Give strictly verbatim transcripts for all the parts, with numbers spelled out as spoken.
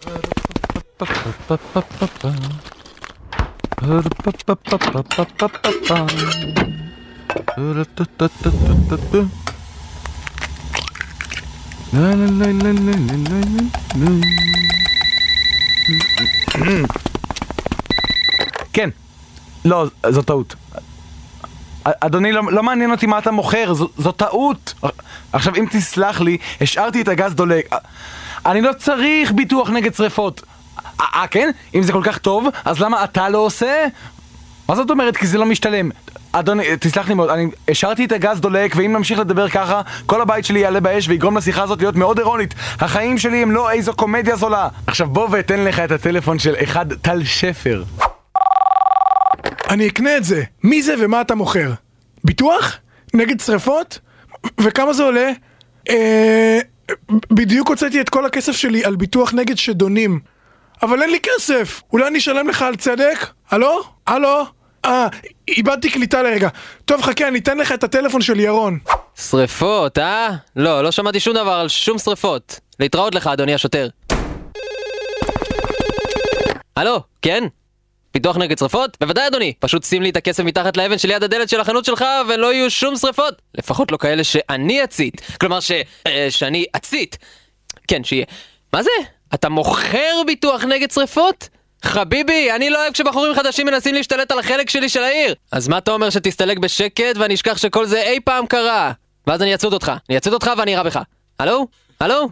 כן, לא, זו טעות. אדוני, לא, לא מעניין אותי מה אתה מוכר, זו, זו טעות. עכשיו, אם תסלח לי, השארתי את הגז דולק. אני לא צריך ביטוח נגד שריפות. אה, כן? אם זה כל כך טוב, אז למה אתה לא עושה? מה זאת אומרת? כי זה לא משתלם. אדוני, תסלח לי מאוד, אני השארתי את הגז דולק, ואם נמשיך לדבר ככה, כל הבית שלי יעלה באש ויגרום לשיחה הזאת להיות מאוד אירונית. החיים שלי הם לא איזו קומדיה זולה. עכשיו בוא ואתן לך את הטלפון של אחד טל שפר. אני אקנה את זה. מי זה ומה אתה מוכר? ביטוח? נגד שריפות? וכמה זה עולה? אה... בדיוק הוצאתי את כל הכסף שלי על ביטוח נגד שדונים. אבל אין לי כסף. אולי אני אשלם לך על צדק? הלו? הלו? אה, איבדתי קליטה לרגע. טוב, חכה, אני אתן לך את הטלפון של ירון. שריפות, אה? לא, לא שמעתי שום דבר על שום שריפות. להתראות לך, אדוני השוטר. הלו, כן? פיתוח נגד שריפות? בוודאי אדוני, פשוט שים לי את הכסף מתחת לאבן שליד הדלת של החנות שלך ולא יהיו שום שריפות. לפחות לא כאלה שאני אצית. כלומר ש... אה, שאני אצית. כן, שיהיה. מה זה? אתה מוכר ביטוח נגד שריפות? חביבי, אני לא אוהב כשבחורים חדשים מנסים להשתלט על החלק שלי של העיר. אז מה אתה אומר שתסתלק בשקט ואני אשכח שכל זה אי פעם קרה? ואז אני אצוד אותך. אני אצוד אותך ואני אראה בך. הלו? הלו?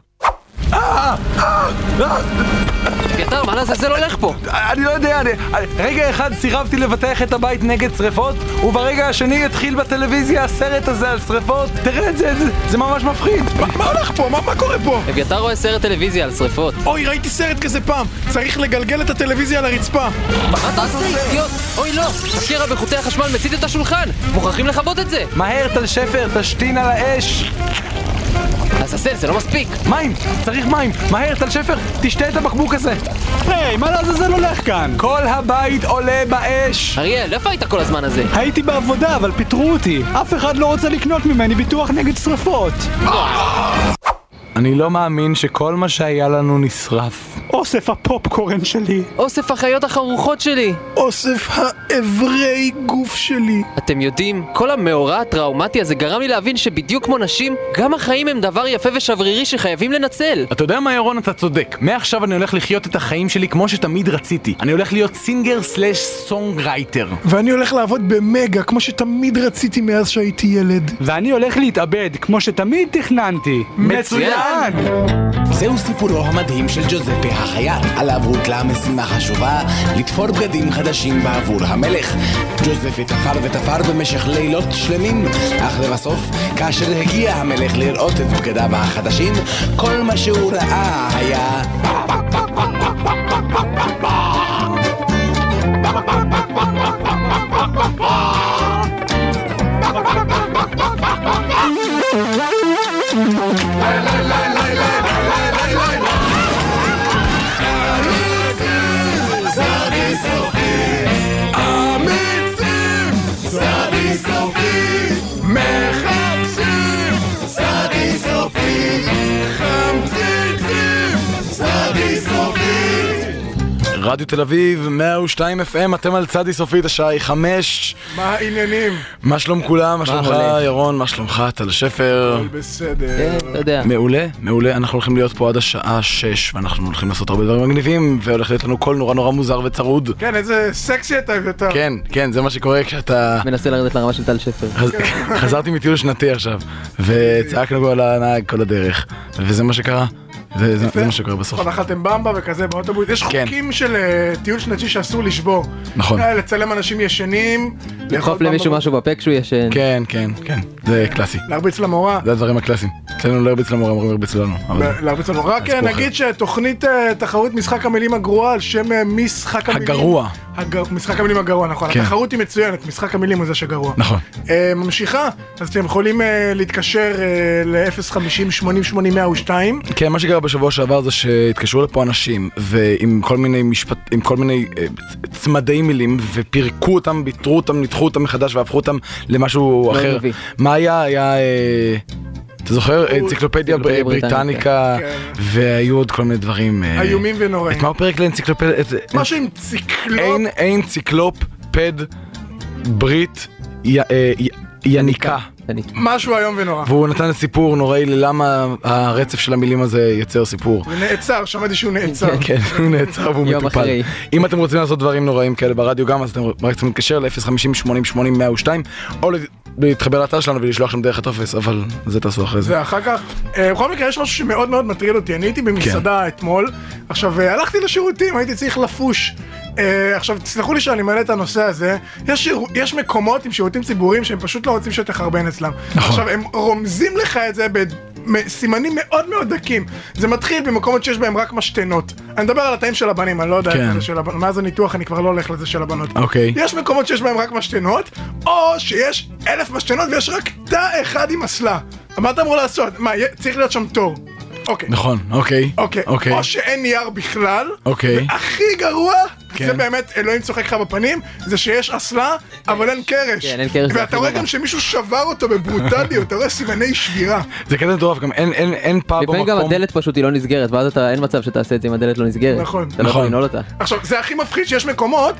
אביתר, מה לזה? זה לא הולך פה. אני לא יודע, אני... רגע אחד סירבתי לבטח את הבית נגד שריפות, וברגע השני התחיל בטלוויזיה הסרט הזה על שריפות. תראה את זה, זה, זה ממש מפחיד. מה הולך פה? מה, מה קורה פה? אביתר רואה סרט טלוויזיה על שריפות. אוי, ראיתי סרט כזה פעם. צריך לגלגל את הטלוויזיה על הרצפה. מה אתה עושה, אידיוט? אוי לא, הקרע בחוטי החשמל מצית את השולחן. מוכרחים לכבות את זה. מהר, טל שפר, תשתין על האש. אז עשה, זה לא מספיק. מים, צריך מים. מהר, טל שפר, תשתה את הבקבוק הזה. היי, מה לעזאזל הולך כאן? כל הבית עולה באש. אריאל, איפה היית כל הזמן הזה? הייתי בעבודה, אבל פיטרו אותי. אף אחד לא רוצה לקנות ממני ביטוח נגד שריפות. אני לא מאמין שכל מה שהיה לנו נשרף. אוסף הפופקורן שלי. אוסף החיות החרוכות שלי. אוסף האברי גוף שלי. אתם יודעים, כל המאורע הטראומטי הזה גרם לי להבין שבדיוק כמו נשים, גם החיים הם דבר יפה ושברירי שחייבים לנצל. אתה יודע מה ירון, אתה צודק. מעכשיו אני הולך לחיות את החיים שלי כמו שתמיד רציתי. אני הולך להיות סינגר סלש סונגרייטר. ואני הולך לעבוד במגה כמו שתמיד רציתי מאז שהייתי ילד. ואני הולך להתאבד כמו שתמיד תכננתי. מצוין! זהו סיפורו המדהים של ג'וזפה החייט. עליו הוטלה משימה חשובה לתפור בגדים חדשים בעבור המלך. ג'וזפה תפר ותפר במשך לילות שלמים, אך לבסוף, כאשר הגיע המלך לראות את בגדיו החדשים, כל מה שהוא ראה היה... רדיו תל אביב, מאה ושתיים אף אם, אתם על צדי סופית, השעה היא חמש. מה העניינים? מה שלום כולם? מה שלומך ירון? מה שלומך טל שפר? הכל בסדר. כן, אתה יודע. מעולה, מעולה. אנחנו הולכים להיות פה עד השעה שש, ואנחנו הולכים לעשות הרבה דברים מגניבים, והולך להיות לנו קול נורא נורא מוזר וצרוד. כן, איזה סקסי אתה אביתר. כן, כן, זה מה שקורה כשאתה... מנסה לרדת לרמה של טל שפר. חזרתי מטיול שנתי עכשיו, וצעקנו על הנהג כל הדרך, וזה מה שקרה. זה, זה, זה מה שקורה בסוף. נכון, אכלתם במבה וכזה באוטובוס. יש כן. חוקים של uh, טיול שנתי שאסור לשבור. נכון. לצלם אנשים ישנים. לדחוף למישהו משהו בפה כשהוא ישן. כן, כן, כן. זה קלאסי. להרביץ למורה. זה הדברים הקלאסיים. אצלנו לא להרביץ למורה, אמורים להרביץ לנו. להרביץ למורה. רק נגיד שתוכנית תחרות משחק המילים הגרועה על שם משחק המילים. הגרוע. משחק המילים הגרוע, נכון. כן. התחרות היא מצוינת, משחק המילים הוא זה שגרוע. נכון. ממשיכה, אז אתם יכולים להתקשר ל-אפס חמישים שמונים שמונים מאה ושתיים. כן, מה שקרה בשבוע שעבר זה שהתקשרו לפה אנשים ועם כל מיני משפט, עם כל מיני צמדי מילים, ופירקו אותם, ביטרו אותם, ניתחו אותם מחדש והפכו אותם למשהו אחר. מה היה? היה אתה זוכר? אנציקלופדיה בריטניקה, והיו עוד כל מיני דברים. איומים ונוראים. את מה הפרק לאנציקלופדיה? משהו עם ציקלופ. אנציקלופ פד ברית יניקה. משהו היום ונורא. והוא נתן סיפור נוראי ללמה הרצף של המילים הזה יצר סיפור. הוא נעצר, שמעתי שהוא נעצר. כן, הוא נעצר והוא מטופל. אם אתם רוצים לעשות דברים נוראים כאלה ברדיו גם, אז אתם רק צריכים להתקשר ל-אפס חמישים שמונים שמונים מאה ושתיים, או להתחבר לאתר שלנו ולשלוח שם דרך הטופס, אבל זה תעשו אחרי זה. ואחר כך, בכל מקרה יש משהו שמאוד מאוד מטריד אותי. אני הייתי במסעדה אתמול, עכשיו הלכתי לשירותים, הייתי צריך לפוש. עכשיו תסלחו לי שאני מעלה את הנושא הזה, יש מקומות עם שירותים ציבוריים שהם פשוט לא רוצים שתחרבן אצלם. עכשיו הם רומזים לך את זה בסימנים מאוד מאוד דקים. זה מתחיל במקומות שיש בהם רק משתנות. אני מדבר על התאים של הבנים, אני לא יודע איך זה של הבנות, מאז הניתוח אני כבר לא הולך לזה של הבנות. יש מקומות שיש בהם רק משתנות, או שיש אלף משתנות ויש רק תא אחד עם אסלה. מה אתה אמור לעשות? מה, צריך להיות שם תור. אוקיי. נכון, אוקיי. אוקיי. או שאין נייר בכלל, והכי גרוע, זה באמת, אלוהים צוחק לך בפנים, זה שיש אסלה, אבל אין קרש. כן, אין קרש. ואתה רואה גם שמישהו שבר אותו בברוטליות, אתה רואה סימני שבירה. זה כזה מטורף, גם אין פעם במקום. לפעמים גם הדלת פשוט היא לא נסגרת, ואז אין מצב שתעשה את זה אם הדלת לא נסגרת. נכון. אתה לא יכול לנעול אותה. עכשיו, זה הכי מפחיד שיש מקומות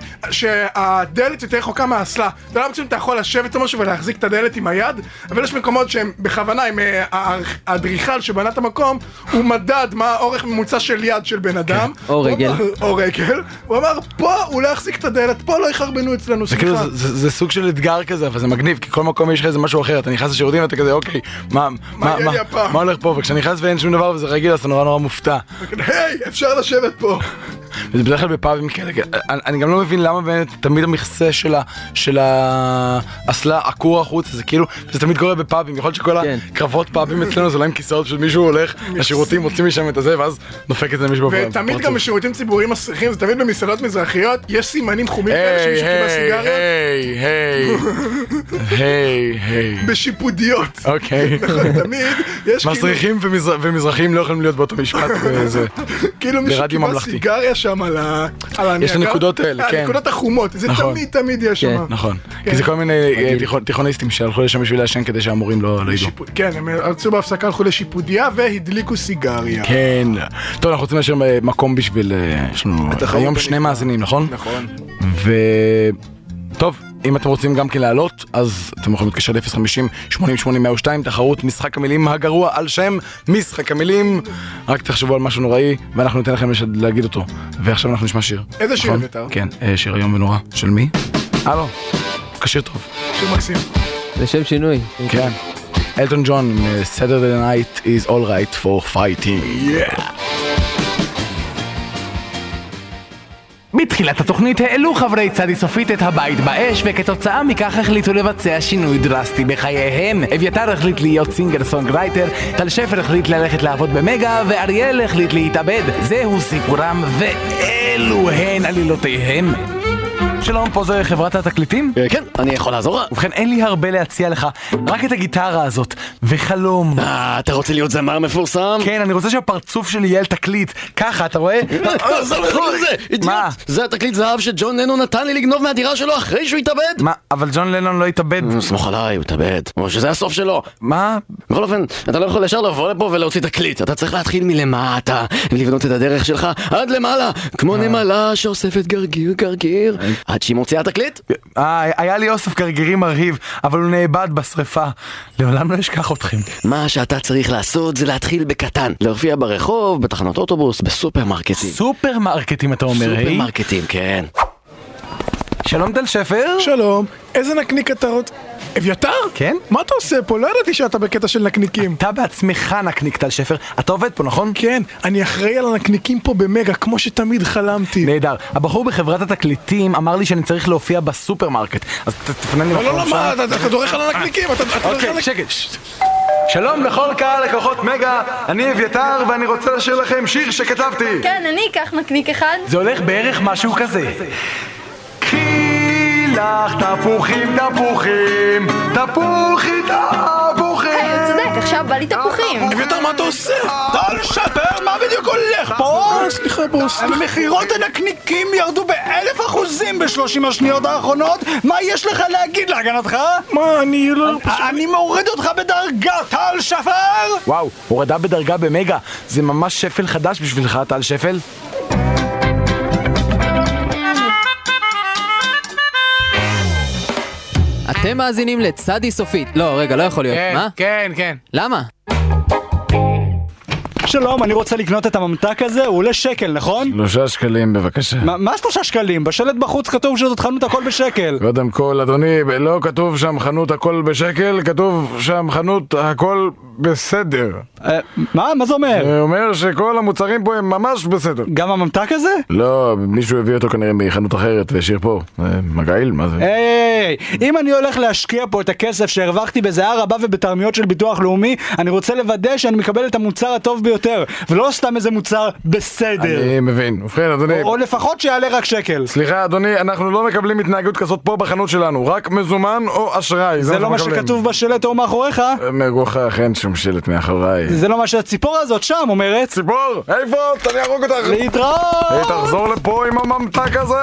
שהדלת יותר רחוקה מהאסלה. אתה לא מצאים, אתה יכול לשבת או משהו ולהחזיק את הדלת עם היד, אבל יש מקומות שהם בכוונה, עם האדריכל שבנה את המקום, הוא מדד מה האורך ממוצע של יד של בן אדם. או רגל. או רגל. הוא אמר, פה הוא לא יחזיק את הדלת, פה לא יחרבנו אצלנו, סליחה. זה סוג של אתגר כזה, אבל זה מגניב, כי כל מקום יש לך איזה משהו אחר, אתה נכנס לשירותים ואתה כזה, אוקיי, מה הולך פה? וכשאני נכנס ואין שום דבר וזה רגיל, אז אתה נורא נורא מופתע. היי, אפשר לשבת פה. וזה בדרך כלל בפאבים כאלה, אני גם לא מבין למה באמת תמיד המכסה של האסלה עקור החוץ, זה כאילו, זה תמיד קורה בפאבים, יכול להיות שכל הקרבות פאבים אצלנו זה לא עם כיסאות, פשוט מישהו הולך לשירותים, מוציא משם את הזה, ואז דופק את זה מישהו בפרצוף. ותמיד גם בשירותים ציבוריים מסריחים, זה תמיד במסעדות מזרחיות, יש סימנים חומים כאלה שמישהו קיבל סיגריות. היי, היי, היי, היי. בשיפודיות. אוקיי. נכון, תמיד יש כאילו... מסריחים ומזרחים לא יכולים להיות באותו משפט, וזה כאילו מישהו קיבל סיגריה שם על ה... יש את הנקודות האלה, כן. הנקודות החומות, זה תמיד תמיד יש שם. נכון, כי זה כל מיני תיכוניסטים שהלכו לשם בשביל לעשן כדי שהמורים לא ידעו. כן, הם רצו בהפסקה, הלכו לשיפודיה והדליקו סיגריה. כן. טוב, אנחנו רוצים להשאיר מקום בשביל... יש לנו היום שני מאזינים, נכון? נכון. ו... טוב, אם אתם רוצים גם כן לעלות, אז אתם יכולים להתקשר ל-אפס חמישים שמונים שמונים מאה ושתיים, תחרות משחק המילים הגרוע על שם משחק המילים. רק תחשבו על משהו נוראי, ואנחנו ניתן לכם להגיד אותו. ועכשיו אנחנו נשמע שיר. איזה שיר אביתר? כן, שיר איום ונורא. של מי? הלו, כשיר טוב. שיר מקסים. לשם שינוי. כן. אלטון ג'ון, Saturday night is all right for fighting. Yeah. בתחילת התוכנית העלו חברי צדי סופית את הבית באש, וכתוצאה מכך החליטו לבצע שינוי דרסטי בחייהם. אביתר החליט להיות סינגר סונגרייטר, טל שפר החליט ללכת לעבוד במגה, ואריאל החליט להתאבד. זהו סיפורם ואלו הן עלילותיהם. שלום, פה זה חברת התקליטים? כן, אני יכול לעזור? ובכן, אין לי הרבה להציע לך, רק את הגיטרה הזאת, וחלום. אה, אתה רוצה להיות זמר מפורסם? כן, אני רוצה שהפרצוף שלי יהיה על תקליט. ככה, אתה רואה? מה? זה התקליט זהב שג'ון לנון נתן לי לגנוב מהדירה שלו אחרי שהוא התאבד? מה? אבל ג'ון לנון לא התאבד. סמוך עליי, הוא התאבד. או שזה הסוף שלו. מה? בכל אופן, אתה לא יכול ישר לבוא לפה ולהוציא תקליט. אתה צריך להתחיל מלמטה, ולבנות את הדרך שלך עד למעלה, כמו נמלה שאוספת גרגיר גרגיר. עד שהיא מוציאה תקליט? אה, היה לי אוסף גרגירים מרהיב, אבל הוא נאבד בשריפה. לעולם לא אשכח אתכם. מה שאתה צריך לעשות זה להתחיל בקטן. להופיע ברחוב, בתחנות אוטובוס, בסופרמרקטים. סופרמרקטים אתה אומר, היי? סופרמרקטים, כן. שלום טל שפר. שלום. איזה נקניק אתה רוצה? אביתר? כן? מה אתה עושה פה? לא ידעתי שאתה בקטע של נקניקים. אתה בעצמך נקניק טל שפר. אתה עובד פה, נכון? כן, אני אחראי על הנקניקים פה במגה, כמו שתמיד חלמתי. נהדר. הבחור בחברת התקליטים אמר לי שאני צריך להופיע בסופרמרקט. אז תפנה לי מקום שם. לא, לא, מה, אתה דורך על הנקניקים. אוקיי, שקט. שלום לכל קהל לקוחות מגה, אני אביתר ואני רוצה לשיר לכם שיר שכתבתי. כן, אני אקח נקניק אחד. זה הולך בערך משהו כזה. לך תפוחים תפוחים תפוחי תפוחים. היי, צודק, רק עכשיו בא לי תפוחים. אביתר, מה אתה עושה? טל שפר, מה בדיוק הולך פה? סליחה בוס. המכירות הנקניקים ירדו באלף אחוזים בשלושים השניות האחרונות. מה יש לך להגיד להגנתך? מה, אני לא... אני מוריד אותך בדרגה, טל שפר! וואו, הורדה בדרגה במגה. זה ממש שפל חדש בשבילך, טל שפל. אתם מאזינים לצדי סופית. לא, רגע, לא יכול להיות. מה? כן, כן. למה? שלום, אני רוצה לקנות את הממתק הזה, הוא עולה שקל, נכון? שלושה שקלים בבקשה. מה, מה שלושה שקלים? בשלט בחוץ כתוב שזאת חנות הכל בשקל. קודם כל, אדוני, לא כתוב שם חנות הכל בשקל, כתוב שם חנות הכל בסדר. אה, מה? מה זה אומר? זה אומר שכל המוצרים פה הם ממש בסדר. גם הממתק הזה? לא, מישהו הביא אותו כנראה מחנות אחרת והשאיר פה. מגעיל? מה זה? היי, היי, היי, אם אני הולך להשקיע פה את הכסף שהרווחתי בזהה רבה ובתרמיות של ביטוח לאומי, אני רוצה לוודא שאני מקבל את המוצר הטוב ביותר, ולא סתם איזה מוצר בסדר. אני מבין. ובכן, אדוני... או, או לפחות שיעלה רק שקל. סליחה, אדוני, אנחנו לא מקבלים התנהגות כזאת פה בחנות שלנו, רק מזומן או אשראי. זה לא מה שכתוב בשלט או מאחוריך? מגוחך, אין שום שלט מאחוריי. זה לא מה שהציפור הזאת שם אומרת. ציפור, איפה? תני ארוג אותך. להתראות! היי, תחזור לפה עם הממתק הזה!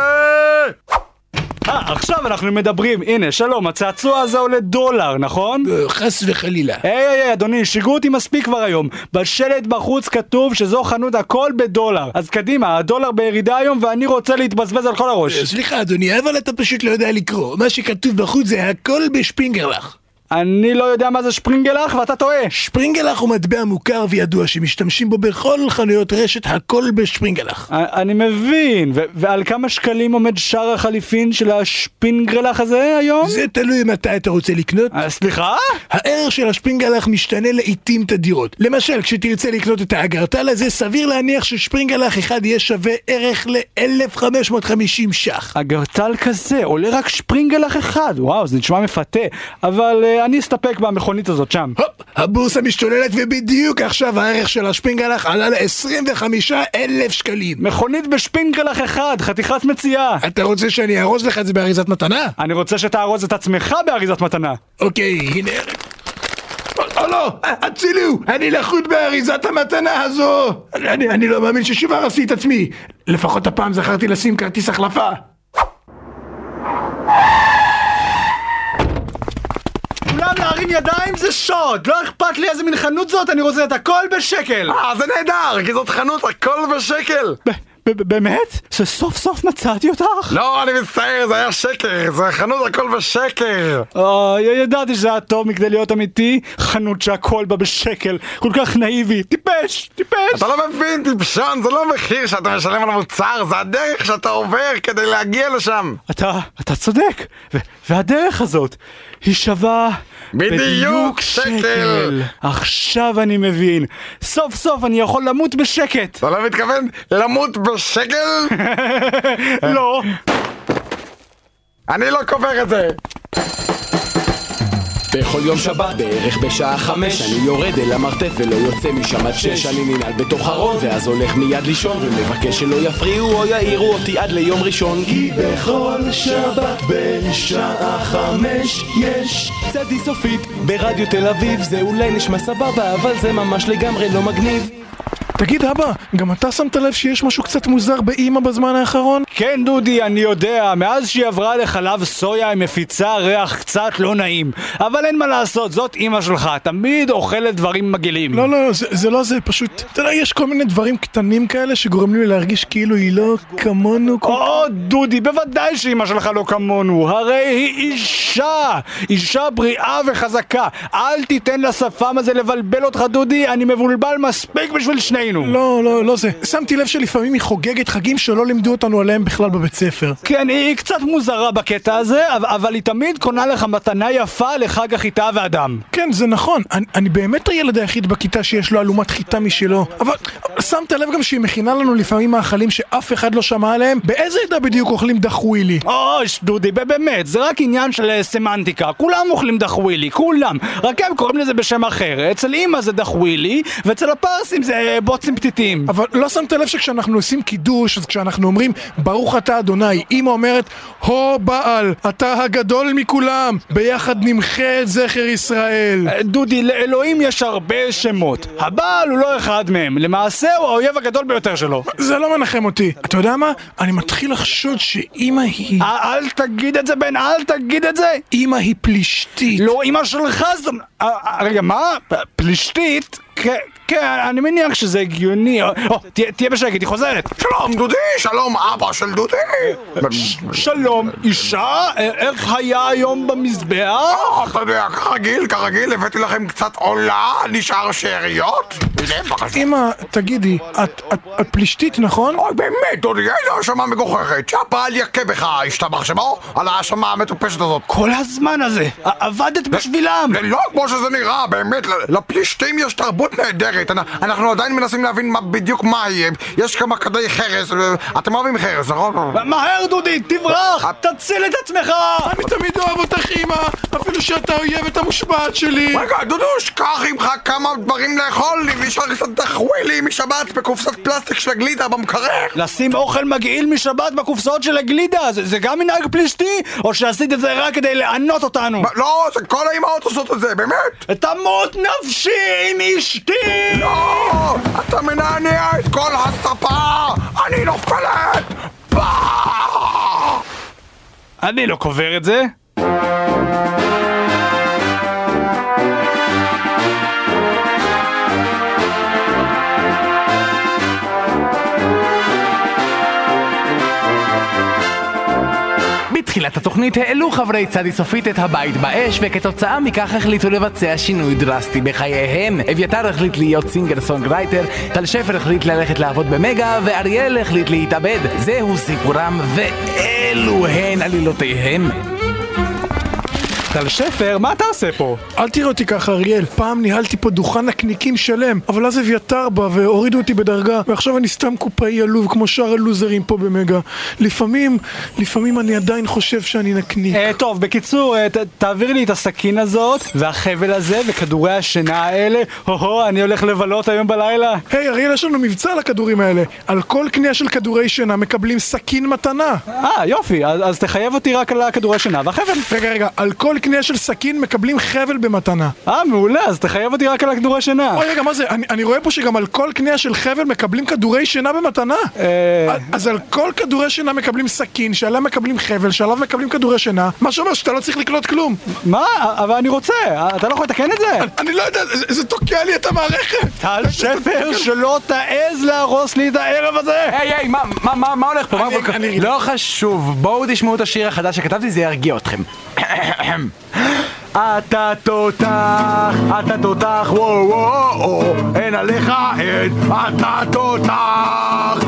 אה, עכשיו אנחנו מדברים. הנה, שלום, הצעצוע הזה עולה דולר, נכון? חס וחלילה. היי, היי, היי, אדוני, שיגעו אותי מספיק כבר היום. בשלט בחוץ כתוב שזו חנות הכל בדולר. אז קדימה, הדולר בירידה היום ואני רוצה להתבזבז על כל הראש. סליחה אדוני, אבל אתה פשוט לא יודע לקרוא. מה שכתוב בחוץ זה הכל בשפינגלך. אני לא יודע מה זה שפרינגלח ואתה טועה. שפרינגלח הוא מטבע מוכר וידוע שמשתמשים בו בכל חנויות רשת הכל בשפרינגלח. אני מבין, ו- ועל כמה שקלים עומד שער החליפין של השפינגלח הזה היום? זה תלוי מתי אתה רוצה לקנות. סליחה? הערך של השפרינגלח משתנה לעיתים תדירות. למשל, כשתרצה לקנות את האגרטל הזה, סביר להניח ששפרינגלח אחד יהיה שווה ערך ל-אלף חמש מאות וחמישים ש"ח. אגרטל כזה, עולה רק שפרינגלח אחד. וואו, זה נשמע מפתה. אבל uh, אני אסתפק במכונית הזאת שם. הופ, הבורסה משתוללת ובדיוק עכשיו הערך של השפינגלח עלה ל-עשרים וחמישה אלף שקלים. מכונית בשפינגלח אחד, חתיכת מציאה. אתה רוצה שאני ארוז לך את זה באריזת מתנה? אני רוצה שתארוז את עצמך באריזת מתנה. אוקיי, הנה... או לא, הצילו, אני לחוט באריזת המתנה הזו. אני, אני לא מאמין ששוב הרסתי את עצמי. לפחות הפעם זכרתי לשים כרטיס החלפה. כולם להרים ידיים זה שוד. לא אכפת לי איזה מין חנות זאת, אני רוצה את הכל בשקל. אה, זה נהדר, כי זאת חנות הכל בשקל. באמת? שסוף סוף מצאתי אותך? לא, אני מצטער, זה היה שקר, זה חנות הכל בשקר. ידעתי שזה היה טוב מכדי להיות אמיתי. חנות שהכל בה בשקל, כל כך נאיבי. טיפש, טיפש. אתה לא מבין, טיפשון, זה לא מחיר שאתה משלם על המוצר, זה הדרך שאתה עובר כדי להגיע לשם. אתה, אתה צודק, ו- והדרך הזאת היא שווה בדיוק שקל. עכשיו אני מבין, סוף סוף אני יכול למות בשקט. אתה לא מתכוון למות בשקל? לא. אני לא קובר את זה. בכל יום שבת בערך בשעה חמש אני יורד אל המרתף ולא יוצא משם עד שש. אני ננעל בתוך ארון ואז הולך מיד לישון ומבקש שלא יפריעו או יעירו אותי עד ליום ראשון, כי בכל שבת בשעה חמש יש צדי סופית ברדיו תל אביב. זה אולי נשמע סבבה אבל זה ממש לגמרי לא מגניב. תגיד אבא, גם אתה שמת לב שיש משהו קצת מוזר באמא בזמן האחרון? כן דודי, אני יודע, מאז שהיא עברה לחלב סויה היא מפיצה ריח קצת לא נעים. אבל אין מה לעשות, זאת אמא שלך, תמיד אוכלת דברים מגעילים. לא, לא, זה, זה לא זה, פשוט, אתה יודע, יש כל מיני דברים קטנים כאלה שגורמים לי להרגיש כאילו היא לא כמונו. או דודי, בוודאי שאמא שלך לא כמונו, הרי היא אישה, אישה בריאה וחזקה. אל תיתן לשפם הזה לבלבל אותך דודי, אני מבולבל מספיק בשביל שנינו. לא, לא, לא זה. שמתי לב שלפעמים היא חוגגת חגים שלא לימדו אותנו עליהם בכלל בבית ספר. כן, היא קצת מוזרה בקטע הזה, אבל היא תמיד קונה לך מתנה יפה לחג החיטה והדם. כן, זה נכון. אני, אני באמת הילד היחיד בכיתה שיש לו אלומת חיטה משלו. אבל שמת לב גם שהיא מכינה לנו לפעמים מאכלים שאף אחד לא שמע עליהם? באיזה עדה בדיוק אוכלים דחווילי? אוי, דודי, באמת, זה רק עניין של סמנטיקה. כולם אוכלים דחווילי, כולם. רק הם קוראים לזה בשם אחר. אצל אמא זה דחווילי, ואצל הפרסים זה בוט בוצים פתיתים. אבל לא שמת לב שכשאנחנו עושים קידוש, אז כשאנחנו אומרים ברוך אתה אדוני, אמא אומרת הו בעל, אתה הגדול מכולם, ביחד נמחה את זכר ישראל. דודי, לאלוהים יש הרבה שמות. הבעל הוא לא אחד מהם, למעשה הוא האויב הגדול ביותר שלו. זה לא מנחם אותי. אתה יודע מה? אני מתחיל לחשוד שאמא היא... אל תגיד את זה, בן, אל תגיד את זה. אמא היא פלישתית. לא, אמא שלך זו... רגע, מה? פלישתית? כן, אני מניח שזה הגיוני. תהיה בשקט, היא חוזרת. שלום דודי, שלום אבא של דודי. שלום, אישה, איך היה היום במזבח? אתה יודע, כרגיל, כרגיל, הבאתי לכם קצת עולה, נשאר שאריות. אמא, תגידי, את פלישתית, נכון? אוי, באמת, דודי, איזה האשמה מגוחכת. שהבעל יכה בך, השתבח שמו, על האשמה המטופשת הזאת. כל הזמן הזה, עבדת בשבילם. לא כמו שזה נראה, באמת, לפלישתים יש תרבות נהדרת. אנחנו עדיין מנסים להבין בדיוק מה יהיה. יש כמה כדי חרס. אתם אוהבים חרס, נכון? מהר דודי, תברח! תציל את עצמך! אני תמיד אוהב אותך אמא, אפילו שאתה אויבת המושבעת שלי. רגע, דודוש, קח עמך כמה דברים לאכול. נשאר קצת דחווילי משבת בקופסת פלסטיק של הגלידה במקרר. לשים אוכל מגעיל משבת בקופסאות של הגלידה, זה גם מנהג פלישתי? או שעשית את זה רק כדי לענות אותנו? לא, כל האמהות עושות את זה, באמת. תמות נפשי עם אשתי! לא! אתה מנענע את כל הספה! אני נופלת! אני לא קובר את זה. בתחילת התוכנית העלו חברי צדי סופית את הבית באש, וכתוצאה מכך החליטו לבצע שינוי דרסטי בחייהם. אביתר החליט להיות סינגר סונגרייטר, טל שפר החליט ללכת לעבוד במגה, ואריאל החליט להתאבד. זהו סיפורם ואלו הן עלילותיהם. טל שפר, מה אתה עושה פה? אל תראה אותי ככה אריאל, פעם ניהלתי פה דוכן נקניקים שלם, אבל אז אביתר בא והורידו אותי בדרגה, ועכשיו אני סתם קופאי עלוב כמו שאר הלוזרים פה במגה. לפעמים, לפעמים אני עדיין חושב שאני נקניק. אה, טוב, בקיצור, אה, ת, תעביר לי את הסכין הזאת, והחבל הזה, וכדורי השינה האלה. הו-הו, אני הולך לבלות היום בלילה. היי אריאל, יש לנו מבצע על הכדורים האלה. על כל קנייה של כדורי שינה מקבלים סכין מתנה. אה, יופי, אז, אז תחייב אותי רק על הכדורי שינה והחבל. רגע, רגע, על כל קנייה של סכין מקבלים חבל במתנה. אה, מעולה, אז תחייב אותי רק על הכדורי שינה. אוי, רגע, מה זה? אני, אני רואה פה שגם על כל קנייה של חבל מקבלים כדורי שינה במתנה. אה... אז על כל כדורי שינה מקבלים סכין, שעליו מקבלים חבל, שעליו מקבלים כדורי שינה. מה שאומר שאתה לא צריך לקנות כלום. מה? אבל אני רוצה, אתה לא יכול לתקן את זה? אני, אני לא יודע, זה, זה תוקע לי את המערכת. טל שפר, שלא תעז להרוס לי את הערב הזה. היי, היי, מה, מה, מה, מה הולך פה? אני, מה אני... לא חשוב, בואו תשמעו את השיר החדש שכתבתי, זה ירגיע אתכם. אתה תותח, אתה תותח, וואו וואו, אין עליך אין, אתה תותח.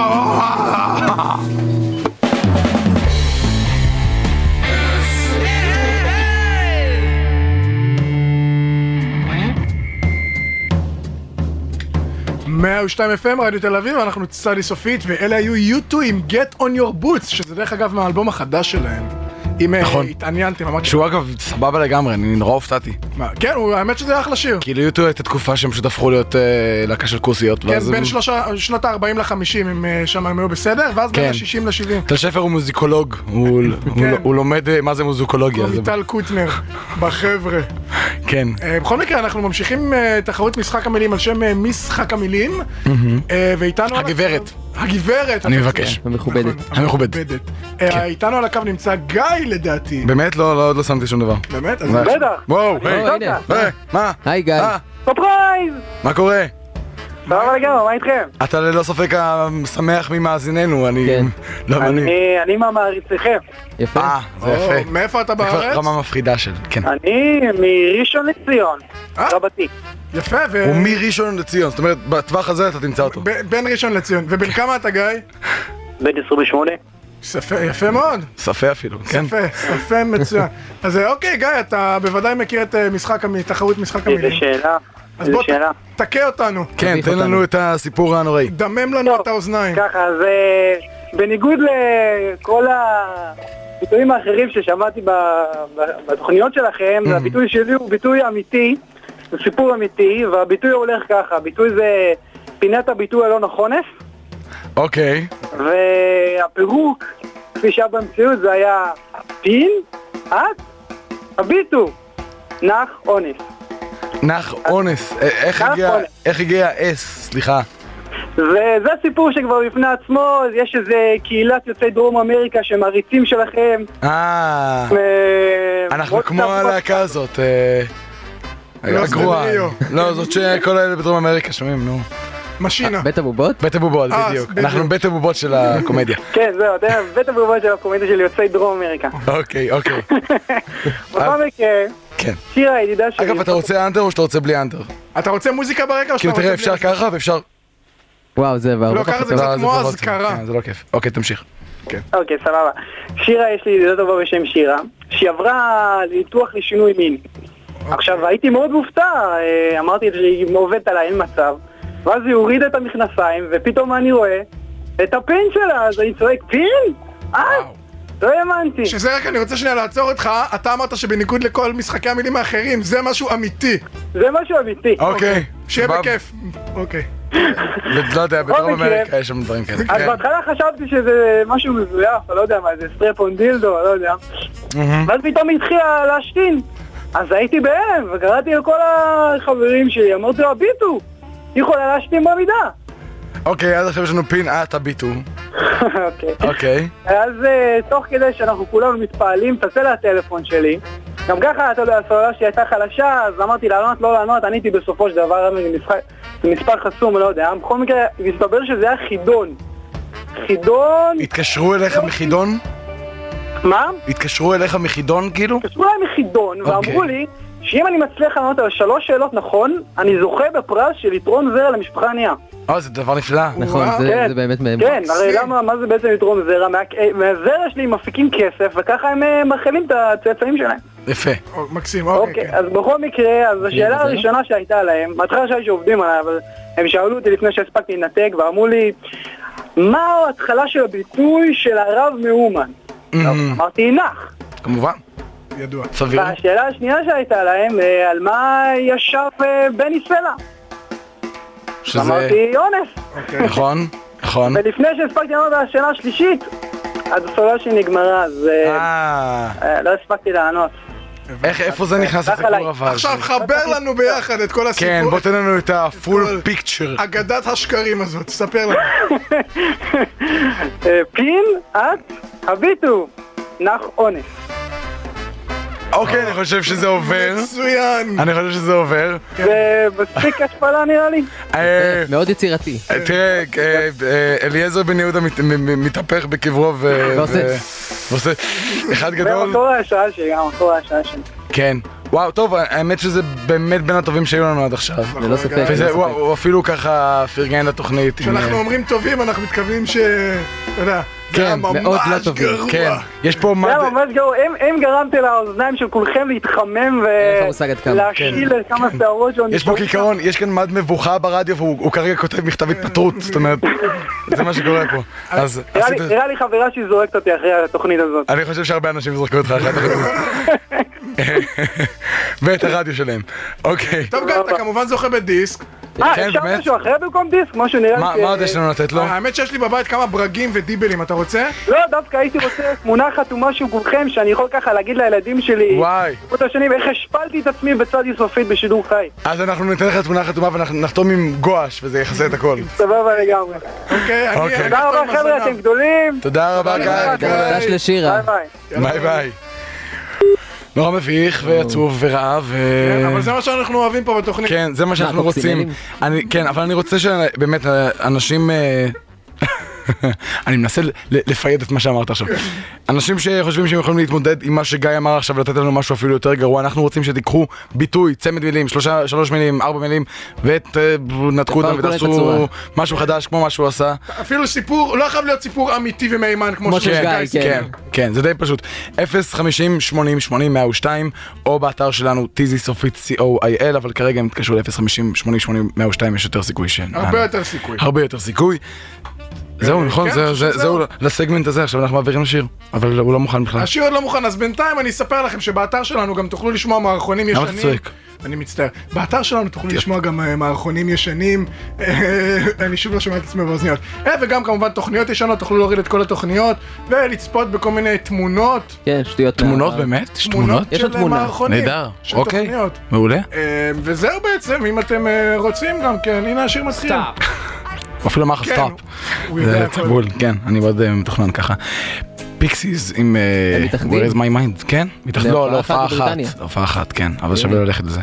מאה ושתיים אף אם, רדיו תל אביב, אנחנו צדי סופית, ואלה היו יו טו עם Get on your boots, שזה דרך אגב מהאלבום החדש שלהם. אם התעניינתם, אמרתי... שהוא אגב סבבה לגמרי, אני נורא הופתעתי. כן, האמת שזה אחלה שיר. כאילו יו טו הייתה תקופה שהם פשוט הפכו להיות להקה של כוסיות. כן, בין שנות ה-ארבעים ל-חמישים הם שם הם היו בסדר, ואז בין ה-שישים ל-שבעים. טל שפר הוא מוזיקולוג, הוא לומד מה זה מוזיקולוגיה. מיטל קוטנר, בחבר'ה. כן. בכל מקרה, אנחנו ממשיכים תחרות משחק המילים על שם משחק המילים, ואיתנו... הגברת. הגברת. אני מבקש. המכובדת. המכובדת. איתנו על הקו נמצא גיא לדעתי. באמת? לא, לא שמתי שום דבר. באמת? בטח. וואו, היי. מה? היי גיא. סופרייז! מה קורה? סבבה לגמרי, מה איתכם? אתה ללא ספק השמח ממאזיננו, אני... לא, אני... אני מהמעריציכם. יפה. אה, זה יפה. מאיפה אתה בארץ? רמה מפחידה של, כן. אני מראשון לציון, רבתי. יפה, ו... הוא מראשון לציון, זאת אומרת, בטווח הזה אתה תמצא אותו. בין ראשון לציון. ובין כמה אתה גיא? בן עשרים ושמונה. יפה מאוד. ספה אפילו, כן. ספה, ספה מצוין. אז אוקיי, גיא, אתה בוודאי מכיר את משחק, תחרות משחק המילים. איזה שאלה. אז בוא תקה אותנו. כן, תן לנו את הסיפור הנוראי. דמם לנו את האוזניים. ככה, אז בניגוד לכל הביטויים האחרים ששמעתי בתוכניות שלכם, הביטוי שלי הוא ביטוי אמיתי, זה סיפור אמיתי, והביטוי הולך ככה, הביטוי זה פינת הביטוי הלא נכונס, אוקיי. והפירוק, כפי שהיה במציאות, זה היה פין, את, הביטו, נח אונס. נח אונס. איך נח הגיע, אונס. איך הגיע אס? סליחה. וזה סיפור שכבר בפני עצמו, יש איזה קהילת יוצאי דרום אמריקה שמעריצים שלכם. אה, ו- אנחנו מאוד כמו קצת- הלהקה הזאת. אה, הגרועה. סטריאו. לא, זאת שכל האלה בדרום אמריקה שומעים, נו. משינה. בית הבובות? בית הבובות, אה, בדיוק. בדיוק. אנחנו בית הבובות של הקומדיה. כן, זהו, אתם בית הבובות של הקומדיה של יוצאי דרום אמריקה. אוקיי, אוקיי. בכל מקרה, כן. שירה הידידה שלי. אגב, אתה רוצה אנדר או שאתה רוצה בלי אנדר? אתה רוצה מוזיקה ברקע או שאתה כאילו, רוצה... תראה, בלי אפשר מוזיקה? ככה ואפשר... וואו, זה והרבה לא, ככה זה לא, קצת כמו פחות- אזכרה. כן, זה לא כיף. אוקיי, תמשיך. אוקיי, סבבה. שירה, יש לי ידידה טובה בשם שירה, שהיא עברה ניתוח לשינוי מין. עכשיו, הייתי מאוד מופתע, אה, אמרתי שהיא עובדת עליי, אין מצב. ואז היא הורידה את המכנסיים, ופתאום אני רואה את הפין שלה, אז אני צועק, פין? אה? לא האמנתי. שזה רק, אני רוצה שנייה לעצור אותך, אתה אמרת שבניגוד לכל משחקי המילים האחרים, זה משהו אמיתי. זה משהו אמיתי. אוקיי. שיהיה סבבה. בכיף. אוקיי. לא יודע, בדרום מקרה. אמריקה יש שם דברים כאלה. אז כן. בהתחלה חשבתי שזה משהו מזויף, אני לא יודע מה, זה סטרפון דילדו, אני לא יודע. ואז פתאום היא התחילה להשתין. אז הייתי בהלם, וקראתי לכל החברים שלי, אמרתי לו, ביטו, היא יכולה להשתין במידה. אוקיי, עד עכשיו יש לנו פין, אה, תביטו. אוקיי. אוקיי. אז אה, תוך כדי שאנחנו כולנו מתפעלים, תצא לה הטלפון שלי. גם ככה, אתה יודע, הסוללה שלי הייתה חלשה, אז אמרתי לענות, לא לענות, עניתי בסופו של דבר, זה מספר- זה מספר חסום, אני לא יודע. בכל מקרה, מסתבר שזה היה חידון. חידון... התקשרו אליך מחידון? מה? התקשרו אליך מחידון כאילו? התקשרו להם מחידון, אוקיי. ואמרו לי שאם אני מצליח לענות על שלוש שאלות נכון, אני זוכה בפרס של יתרון זרע למשפחה ענייה. אה, זה דבר נפלא. נכון, וואו. זה- כן. זה באמת מהם. כן, הרי מקסים. למה, מה זה בעצם יתרון זרע? מה- אה, מהזרע שלי הם מפיקים כסף, וככה הם אה, מאכילים את הצאצאים שלהם. יפה. או, מקסים, אוקיי, אוקיי, כן. אז בכל מקרה, אז השאלה זה? הראשונה שהייתה להם, בהתחלה חשבתי שעובדים עליי, אבל הם שאלו אותי לפני שהספקתי לנתק, ואמרו לי, מה ההתחלה של הביטוי של הרב מאומן? טוב, אמרתי, נח. כמובן. ידוע. סביר. והשאלה השנייה שהייתה להם, אה, על מה ישב אה, בני סלע? שזה... אמרתי, אונס. נכון, נכון. ולפני שהספקתי לענות על השאלה השלישית, אז הסוללה שלי נגמרה, אז אה, אה, אה, לא הספקתי לענות. איך, איפה זה נכנס רק עליי. לסיפור אבל? עכשיו חבר לנו ביחד את כל הסיפור. כן, בוא תן לנו את הפול כל- פיקצ'ר. אגדת השקרים הזאת, ספר לנו. אה, פין, את, הביטו, נח אונס. אוקיי, אני חושב שזה עובר. מצוין. אני חושב שזה עובר. זה מספיק השפלה נראה לי. אה, מאוד יצירתי. תראה, אה, אה, אליעזר בן יהודה מת- מ- מ- מתהפך בקברו ו... ועושה. ו- ועושה אחד זה גדול. המקור ההשעה שלי, גם המקור ההשעה שלי. כן. וואו, טוב, האמת שזה באמת בין הטובים שהיו לנו עד עכשיו. ללא ספק. וזה, ללא הוא ספק. הוא אפילו ככה פרגן לתוכנית. עם, כשאנחנו אה, אומרים טובים, אנחנו מתכוונים ש... אתה יודע, זה היה כן, מאוד לא ממש טובים. גרוע. כן, יש פה זה מה... היה ממש גרוע, אם- אם גרמתי לאוזניים של כולכם להתחמם אין לך מושג עד כמה. ולהשאיל את כמה שערות שלו. יש פה כיכרון, יש כאן מד מבוכה ברדיו והוא הוא כרגע כותב מכתב התפטרות, זאת אומרת, זה מה שקורה פה. אז נראה לי- עשית... נראה לי חברה שהיא זורקת אותי אחרי התוכנית הזאת. אני חושב שהרבה אנשים זרקו אותך אחת ואת הרדיו שלהם. אוקיי. טוב גל, אתה כמובן זוכה בדיסק. אה, כן, אפשר באמת? משהו אחר במקום דיסק? משהו נראה לי מה ש- מה עוד יש לנו לתת לו? האמת שיש לי בבית כמה ברגים ודיבלים, אתה רוצה? לא, דווקא הייתי רוצה תמונה חתומה של כולכם, שאני יכול ככה להגיד לילדים שלי, וואי. ברבות השנים, איך השפלתי את עצמי בצד איסופית בשידור חי. אז אנחנו ניתן לך תמונה חתומה ואנחנו נחתום עם גואש וזה יכסה את הכל. סבבה לגמרי. אוקיי, אני... אוקיי. אני תודה רבה אחתום עם חבר'ה, הזנב. אתם גדולים. תודה רבה תודה גיא. רבה. תודה לשירה. ביי ביי. ביי ביי. נורא מביך ועצוב ורע ו... כן, אבל זה מה שאנחנו אוהבים פה בתוכנית. כן, זה מה שאנחנו מה, רוצים. קוקסינלים? אני, כן, אבל אני רוצה שבאמת אנשים... אה, אני מנסה ל- לפייד את מה שאמרת עכשיו. אנשים שחושבים שהם יכולים להתמודד עם מה שגיא אמר עכשיו ולתת לנו משהו אפילו יותר גרוע, אנחנו רוצים שתיקחו ביטוי, צמד מילים, שלושה, שלוש מילים, ארבע מילים, ותנתקו אותם תפרקו את ותעשו הצורה. משהו חדש כמו מה שהוא עשה. אפילו סיפור, לא חייב להיות סיפור אמיתי ומהימן כמו כמו של של גיא. גיא, כן, כן, זה די פשוט. אפס חמישים שמונים שמונים מאה ושתיים או באתר שלנו טיזי סופית סי או איי אל, אבל כרגע אם תתקשרו ל-אפס חמישים שמונים שמונים מאה ושתיים יש יותר סיכוי ש... הרבה יותר סיכוי. הרבה יותר סיכוי. זהו, נכון, כן, זה- אני חושב זה- שזהו. זהו לסגמנט הזה, עכשיו אנחנו מעבירים לשיר. אבל הוא לא מוכן בכלל. השיר עוד לא מוכן, אז בינתיים אני אספר לכם שבאתר שלנו גם תוכלו לשמוע מערכונים למה ישנים. אתה צועק? אני מצטער. באתר שלנו תוכלו לשמוע גם אה, מערכונים ישנים. אה, אני שוב לא שומע את עצמי באוזניות. אה, וגם כמובן תוכניות ישנות, תוכלו להוריד את כל התוכניות ולצפות בכל מיני תמונות. כן, שטויות. תמונות מה- באמת? יש תמונות תמונות? יש לו של תמונה. מערכונים. נהדר, של אוקיי, תוכניות. מעולה. אה, וזהו בעצם, אם אתם אה, רוצים גם כן, הנה השיר מתחיל. אפילו אמר לך כן, סטופ. הוא יודע זה הכל. צבול, כן, אני מאוד אה, מתוכנן ככה. פיקסיס עם אה, הם מתאחדים? Where is my mind, כן? מתאחדים, זה לא, הופעה לא, אחת הופעה אחת, בבריטניה. הופעה אחת, כן, אבל שווה ללכת לזה.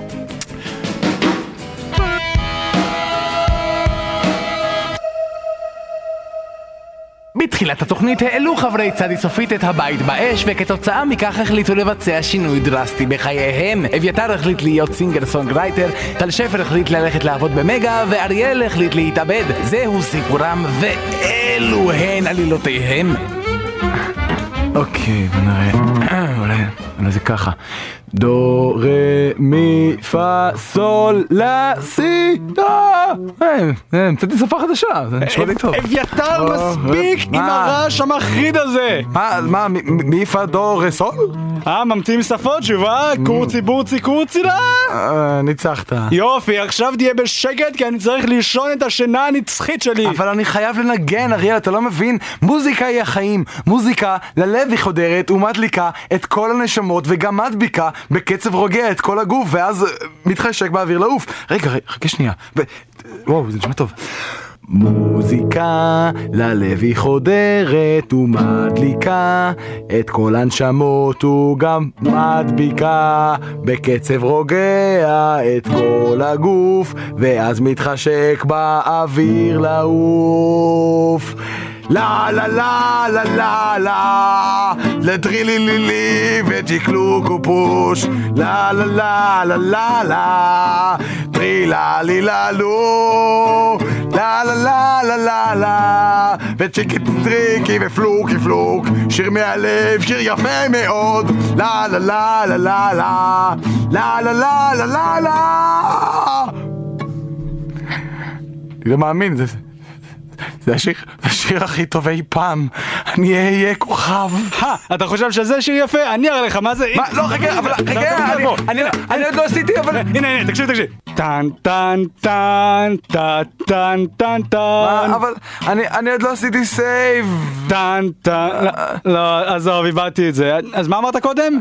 בתחילת התוכנית העלו חברי צדי סופית את הבית באש, וכתוצאה מכך החליטו לבצע שינוי דרסטי בחייהם. אביתר החליט להיות סינגר סונגרייטר, טל שפר החליט ללכת לעבוד במגה, ואריאל החליט להתאבד. זהו סיפורם, ואלו הן עלילותיהם. אוקיי, בוא נראה. אולי, אולי זה ככה. דו, רה, מי, פה, סול, לה, סי, דו. אה, המצאתי שפה חדשה, זה נשמע לי טוב. אביתר, או, מספיק עם מה? הרעש המחריד הזה! מה, מה, מי- מי, פה, דו, רה, סול? אה, ממציאים שפות שוב, אה? קורצי בורצי קורצי לה? אה, ניצחת. יופי, עכשיו תהיה בשקט כי אני צריך לישון את השינה הנצחית שלי. אבל אני חייב לנגן, אריאל, אתה לא מבין? מוזיקה היא החיים. מוזיקה ללב היא חודרת ומדליקה את כל הנשמות, וגם מדביקה בקצב רוגע את כל הגוף, ואז אה, מתחשק באוויר לעוף. רגע, רגע, חכה שנייה. ו... וואו, זה נשמע טוב. מוזיקה ללב היא חודרת ומדליקה את כל הנשמות וגם מדביקה בקצב רוגע את כל הגוף, ואז מתחשק באוויר לעוף. לה לה לה לה לה לה לדרילי לי לי וג'יקלוק ופוש לה לה לה לה לה לה דרילה לי ללו לה לה לה לה לה לה וצ'יקי טריקי ופלוקי פלוק, שיר מהלב, שיר יפה מאוד, לה לה לה לה לה לה לה לה לה לה לה לה. אני לא מאמין, זה זה השיר, השיר הכי טוב אי פעם. אני אהיה כוכב. אה, אתה חושב שזה שיר יפה? אני אראה לך מה זה... מה? לא, רגע, אבל רגע, אני- אני- אני עוד לא עשיתי, אבל... הנה, הנה, תקשיב, תקשיב. טן, טן, טן, טן, טן, טן, מה? טן. אבל אני אני עוד לא עשיתי סייב. טן, טן. לא, לא, עזוב, איבדתי את זה. אז מה אמרת קודם?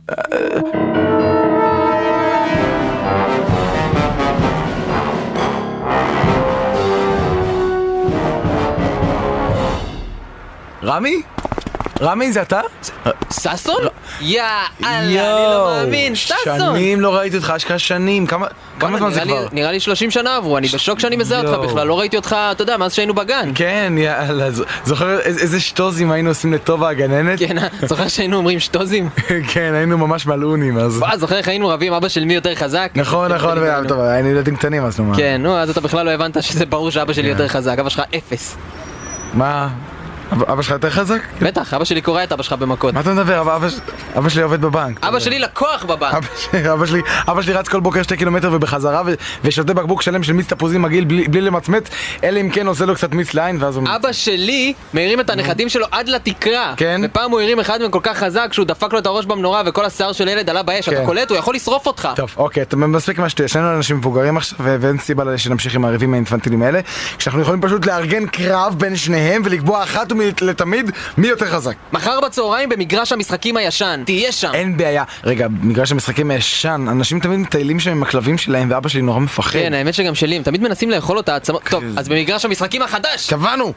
רמי? רמי, זה אתה? ששון? יאללה, אני לא מאמין, ששון! שנים לא ראיתי אותך, אשכרה שנים. כמה כמה זמן זה נראה לי- כבר? נראה לי שלושים שנה עברו, אני בשוק שאני מזהה אותך יואו. בכלל, לא ראיתי אותך, אתה יודע, מאז שהיינו בגן. כן, יאללה, ז- זוכר איזה איזה שטוזים היינו עושים לטובה הגננת? כן, זוכר שהיינו אומרים שטוזים? כן, היינו ממש מלאונים אז. וואי, זוכר איך היינו רבים, אבא של מי יותר חזק? נכון, נכון, היינו. טוב, היינו ילדים קטנים אז נו מה. כן, נו, אז אתה בכלל לא הבנת שזה ברור שאבא שלי יותר חזק, אבא שלך אפס. מה? אבא אבא שלך יותר חזק? בטח, אבא שלי קורא את אבא שלך במכות. מה אתה מדבר? אבא- אבא ש- אבא שלי עובד בבנק. אבא שלי לקוח בבנק. אבא שלי- אבא שלי, אבא שלי רץ כל בוקר שתי קילומטר ובחזרה ו- ושותה בקבוק שלם של מיץ תפוזים מגעיל בלי בלי למצמץ, אלא אם כן עושה לו קצת מיץ לעין ואז הוא... אבא שלי מרים את הנכדים שלו עד לתקרה. כן. ופעם הוא הרים אחד מהם כל כך חזק שהוא דפק לו את הראש במנורה וכל השיער של ילד עלה באש. אתה כן. קולט? הוא יכול לשרוף אותך. טוב, אוקיי, אתה מספיק מה שטויה, שנינו אנשים מבוגרים עכשיו ו- ואין סיבה שנמשיך עם הריבים האינפנטיליים האלה, כשאנחנו יכולים פשוט לארגן קרב בין שניהם ולקבוע אחת ולתמיד מי יותר חזק. מחר בצהריים במגרש המשחקים הישן. תהיה שם. אין בעיה. רגע, מגרש המשחקים הישן, אנשים תמיד מטיילים שם עם הכלבים שלהם ואבא שלי נורא מפחד. כן, האמת שגם שלי, הם תמיד מנסים לאכול אותה עצמות. טוב, אז במגרש המשחקים החדש! קבענו!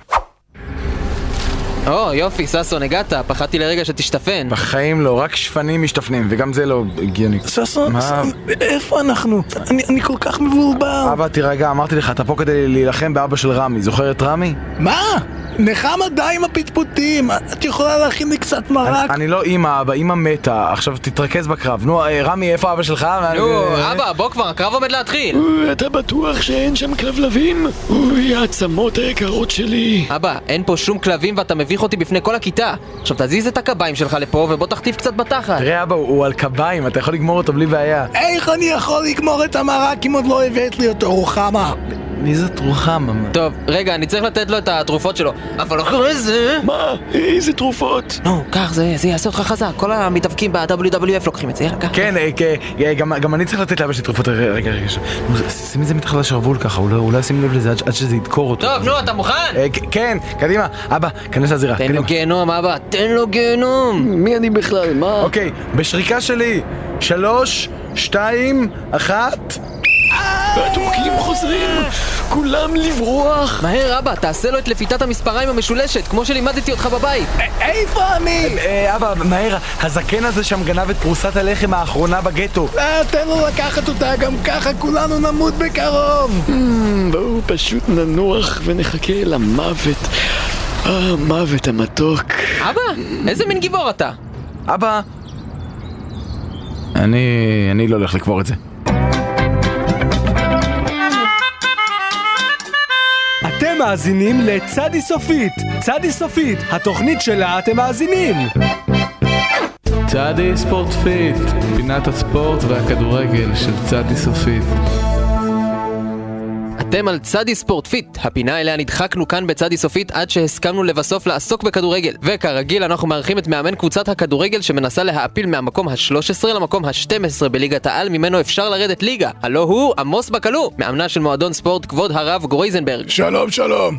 או, יופי, ששון, הגעת, פחדתי לרגע שתשתפן. בחיים לא, רק שפנים משתפנים, וגם זה לא הגיוני. ששון, מה? ששון, איפה אנחנו? אני אני כל כך מבולבל. אבא, תירגע, אמרתי לך, אתה פה כדי להילחם באבא של רמי, זוכר את רמי? מה? נחמה די עם הפטפוטים, את יכולה להכין לי קצת מרק? אני לא אמא, אבא, אמא מתה, עכשיו תתרכז בקרב. נו, אה, רמי, איפה אבא שלך? נו, אבא, בוא כבר, הקרב עומד להתחיל. אתה בטוח שאין שם כלבלבים? אוי, העצמות היקרות שלי. אבא, אין פה שום כלבים ואתה מביך אותי בפני כל הכיתה. עכשיו תזיז את הקביים שלך לפה ובוא תחטיף קצת בתחת. תראה אבא, הוא על קביים, אתה יכול לגמור אותו בלי בעיה. איך אני יכול לגמור את המרק אם עוד לא הבאת לי אותו, רוחמה? מי זאת רוחמה? טוב, רגע, אני צריך לתת לו את התרופות שלו. אבל אחרי זה... מה? איזה תרופות? נו, קח, זה, זה יעשה אותך חזק. כל המתאבקים ב-דאבליו דאבליו אף לוקחים את זה, יאללה, קח. כן, גם אני צריך לתת לאבא שלי תרופות. רגע, רגע, שים את זה מתחת לשרוול ככה, הוא לא ישים לב לזה עד שזה ידקור אותו. טוב, נו, אתה מוכן? כן, קדימה, אבא, כנס לזירה. תן לו גיהנום, אבא, תן לו גיהנום. מי אני בכלל? מה? אוקיי, בשריקה שלי, שלוש, שתיים, אחת... הטורקים חוזרים! כולם לברוח! מהר, אבא, תעשה לו את לפיתת המספריים המשולשת, כמו שלימדתי אותך בבית. איפה אני? אבא, מהר, הזקן הזה שם גנב את פרוסת הלחם האחרונה בגטו. תן לו לקחת אותה, גם ככה כולנו נמות בקרוב. בואו פשוט ננוח ונחכה למוות. המוות המתוק. אבא, איזה מין גיבור אתה? אבא, אני... אני לא הולך לקבור את זה. אתם מאזינים לצדי סופית. צדי סופית, התוכנית שלה אתם מאזינים. צדי ספורט פיט, פינת הספורט והכדורגל של צדי סופית. אתם על צדי ספורט פיט, הפינה אליה נדחקנו כאן בצדי סופית עד שהסכמנו לבסוף לעסוק בכדורגל. וכרגיל אנחנו מארחים את מאמן קבוצת הכדורגל שמנסה להעפיל מהמקום ה-שלוש עשרה למקום ה-שתים עשרה בליגת העל ממנו אפשר לרדת ליגה. הלא הוא עמוס בקלו, מאמנה של מועדון ספורט כבוד הרב גרויזנברג. שלום שלום.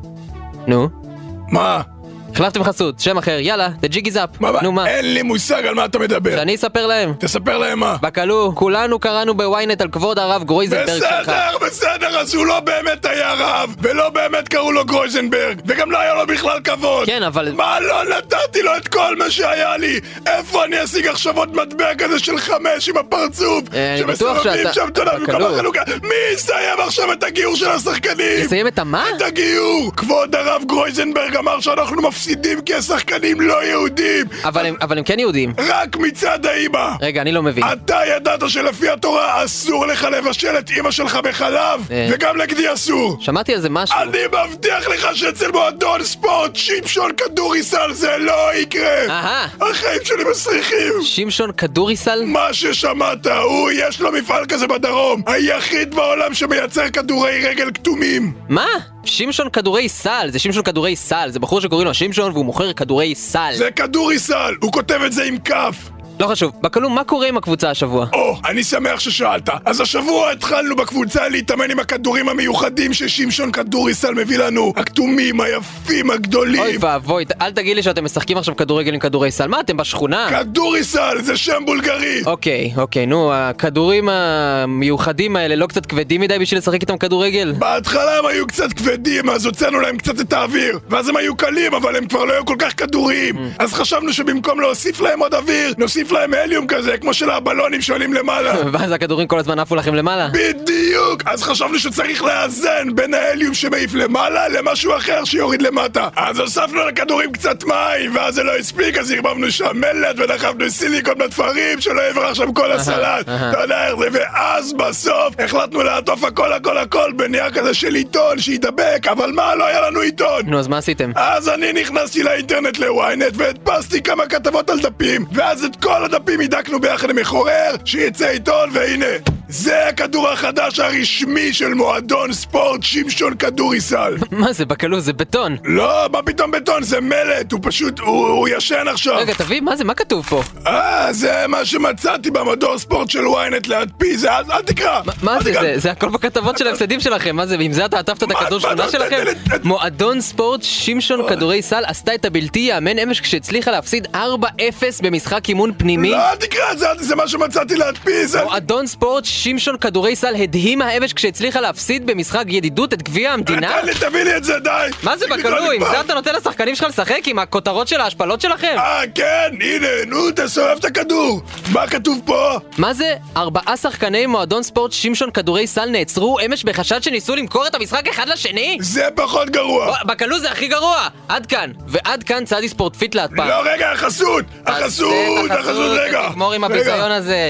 נו? מה? החלפתם חסות, שם אחר, יאללה, the jig is up. מה, נו מה? אין לי מושג על מה אתה מדבר. שאני אספר להם. תספר להם מה? בקלו, כולנו קראנו בוויינט על כבוד הרב גרויזנברג שלך. בסדר, בסדר, אז הוא לא באמת היה רב, ולא באמת קראו לו גרויזנברג, וגם לא היה לו בכלל כבוד. כן, אבל... מה, לא נתתי לו את כל מה שהיה לי? איפה אני אשיג עכשיו עוד מטבע כזה של חמש עם הפרצוף? אני בטוח שאתה... שם תולה במקום החלוקה. מי יסיים עכשיו את הגיור של השחקנים? יסיים את המה? את הגיור! כבוד הרב גרויזנברג אמר שאנחנו מפסידים כי השחקנים לא יהודים. אבל הם, אבל הם כן יהודים. רק מצד האמא. רגע, אני לא מבין. אתה ידעת שלפי התורה אסור לך לבשל את אמא שלך בחלב, וגם לגדי אסור. שמעתי על זה משהו. אני מבטיח לך שאצל מועדון ספורט שמשון כדוריסל זה לא יקרה. אהה. החיים שלי מסריחים. שמשון כדוריסל? מה ששמעת, הוא יש לו מפעל כזה בדרום, היחיד בעולם שמייצר כדורי רגל כתומים. מה? שמשון כדורי סל, זה שמשון כדורי סל, זה בחור שקוראים לו שמשון והוא מוכר כדורי סל. זה כדוריסל, הוא כותב את זה עם כף. לא חשוב, בקלום, מה קורה עם הקבוצה השבוע? או, אני שמח ששאלת. אז השבוע התחלנו בקבוצה להתאמן עם הכדורים המיוחדים ששמשון כדוריסל מביא לנו. הכתומים, היפים, הגדולים. אוי ואבוי, אל תגיד לי שאתם משחקים עכשיו כדורגל עם כדורי סל. מה, אתם בשכונה? כדוריסל, זה שם בולגרי. אוקיי, אוקיי, נו, הכדורים המיוחדים האלה לא קצת כבדים מדי בשביל לשחק איתם כדורגל? בהתחלה הם היו קצת כבדים, אז הוצאנו להם קצת את האוויר. ואז הם היו קלים, אבל הם כבר לא היו כל כך כדוריים. אז חשבנו שבמקום להוסיף להם עוד אוויר, נוסיף להם הליום כזה, כמו של הבלונים שעולים למעלה. ואז הכדורים כל הזמן עפו לכם למעלה? בדיוק! אז חשבנו שצריך לאזן בין ההליום שמעיף למעלה למשהו אחר שיוריד למטה. אז הוספנו לכדורים קצת מים, ואז זה לא הספיק, אז הרבבנו שם מלט ודחפנו סיליקון בתפרים שלא יברח שם כל הסלט. אתה יודע איך זה, ואז בסוף החלטנו לעטוף הכל הכל הכל בנייר כזה של עיתון שידבק, אבל מה, לא היה לנו עיתון. נו, אז מה עשיתם? אז אני נכנסתי לאינטרנט לוויינט והדפסתי כמה כתבות על דפים, ואז את כל הדפים הידקנו ביחד למחורר שיצא עיתון, והנה זה הכדור החדש הרשמי של מועדון ספורט שמשון כדוריסל. מה זה, בקלו, זה בטון? לא, מה פתאום בטון? זה מלט, הוא פשוט, הוא, הוא ישן עכשיו. רגע, תביא, מה זה, מה כתוב פה? אה, זה מה שמצאתי במדור ספורט של וויינט להדפיס, אל, אל תקרא. מה זה, זה, זה הכל בכתבות של ההפסדים שלכם, מה זה, ועם זה אתה עטפת את הכדור שכונה שלכם? מועדון ספורט שמשון כדורי סל עשתה את הבלתי יאמן אמש כשהצליחה להפסיד ארבע אפס במשחק אימון פנימי. לא, אל תקרא, זה, זה מה שמצאתי להדפיס. מועדון ספורט שמשון כדורי סל הדהימה אמש כשהצליחה להפסיד במשחק ידידות את גביע המדינה? תן לי, תביא לי את זה, די. מה זה בקלו, עם זה אתה נותן לשחקנים שלך לשחק עם הכותרות של ההשפלות שלכם? אה, כן, הנה, נו, תסובב את הכדור. מה כתוב פה? מה זה? ארבעה שחקני מועדון ספורט שמשון כדורי סל נעצרו אמש בחשד שניסו למכור את המשחק אחד לשני? זה פחות גרוע. בקלו זה הכי גרוע. עד כאן. ועד כאן צדי ספורט פיט להדפן. לא, רגע, החסות. החסות, החסות, רגע. תגמור עם הביזיון הזה.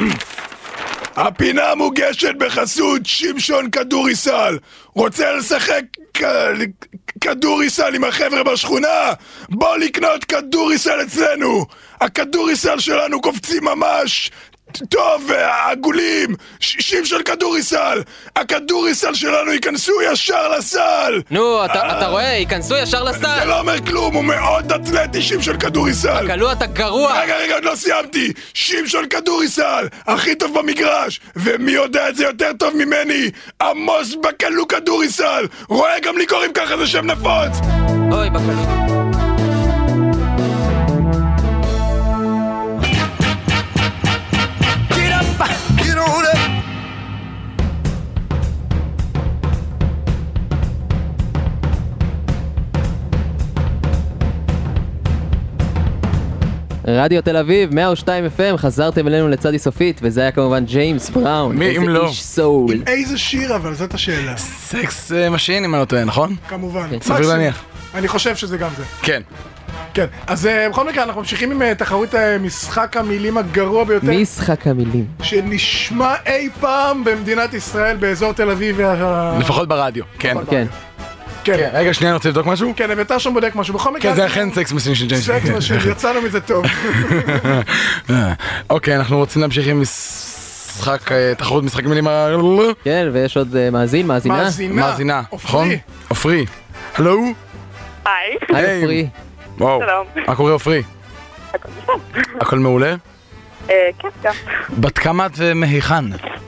הפינה מוגשת בחסות שמשון כדוריסל. רוצה לשחק כדוריסל עם החבר'ה בשכונה? בוא לקנות כדוריסל אצלנו. הכדוריסל שלנו קופצים ממש טוב, העגולים, שמשון כדוריסל, הכדוריסל שלנו ייכנסו ישר לסל. נו, אתה, אתה רואה, ייכנסו ישר לסל. זה לא אומר כלום, הוא מאוד אתלטי, שמשון כדוריסל. הקלו, אתה גרוע. רגע, רגע, עוד לא סיימתי. שמשון כדוריסל, הכי טוב במגרש, ומי יודע את זה יותר טוב ממני? עמוס בקלו כדוריסל. רואה, גם לי קוראים ככה, זה שם נפוץ. אוי, בקלו. רדיו תל אביב, מאה ושתיים אף אם, חזרתם אלינו לצדי סופית, וזה היה כמובן ג'יימס בראון. מי אם לא? איש סול. איזה שיר אבל, זאת השאלה. סקס משין אם אני לא טועה, נכון? כמובן. סביר להניח. אני חושב שזה גם זה. כן. כן, אז בכל מקרה אנחנו ממשיכים עם תחרות משחק המילים הגרוע ביותר משחק המילים שנשמע אי פעם במדינת ישראל באזור תל אביב. לפחות ברדיו, כן. כן. כן. רגע, שנייה, אני רוצה לבדוק משהו? כן, אביתר שם בודק משהו. בכל מקרה... כן, זה אכן סקס משין של ג'יימס. סקס משין, יצאנו מזה טוב. אוקיי, אנחנו רוצים להמשיך עם משחק, תחרות משחק מילים... כן, ויש עוד מאזין, מאזינה. מאזינה. מאזינה, נכון? עופרי. הלו? היי. היי עופרי. וואו. שלום. מה קורה עופרי? הכל בסדר. הכל מעולה? אה, כן, כן. בת כמה את ומהיכן?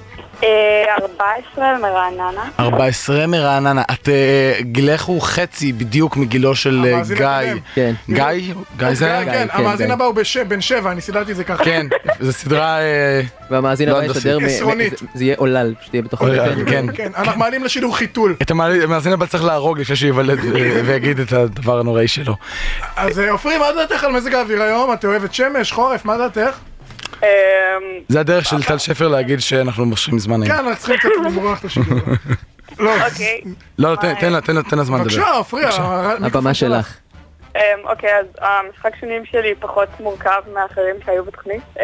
ארבע עשרה מרעננה. ארבע עשרה מרעננה. את גילך הוא חצי בדיוק מגילו של גיא. כן. גיא? גיא זה היה? כן, המאזין הבא הוא בן שבע, אני סידרתי את זה ככה. כן, זו סדרה... והמאזין הבא ישדר... זה יהיה עולל, שתהיה בתוכו. כן. כן, אנחנו מעלים לשידור חיתול. את המאזין הבא צריך להרוג לפני שיוולד ויגיד את הדבר הנוראי שלו. אז עופרי, מה דעתך על מזג האוויר היום? את אוהבת שמש, חורף, מה דעתך? זה הדרך של טל שפר להגיד שאנחנו מושכים זמן היום. כן, אנחנו צריכים קצת למרוח את השידור. אוקיי. לא, תן לה, תן לה, תן לה זמן לדבר. בבקשה, עופרי, הבמה שלך. אוקיי, אז המשחק שנים שלי פחות מורכב מאחרים שהיו בתוכנית.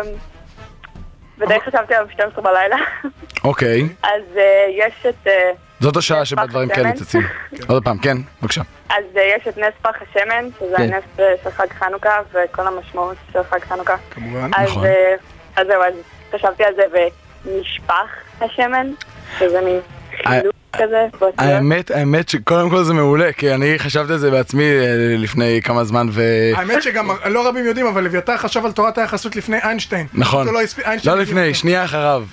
ודי חשבתי עליו שתים עשרה בלילה. אוקיי. אז יש את... זאת השעה שבה דברים כאלה צצים. עוד פעם, כן, בבקשה. אז יש את נס פח השמן, שזה הנס של חג חנוכה וכל המשמעות של חג חנוכה. כמובן, נכון. אז זהו, אז חשבתי על זה ונשפח השמן, שזה מין חילוק כזה. האמת, האמת שקודם כל זה מעולה, כי אני חשבתי על זה בעצמי לפני כמה זמן ו... האמת שגם לא רבים יודעים, אבל אביתר חשב על תורת היחסות לפני איינשטיין. נכון. לא לפני, שנייה אחריו.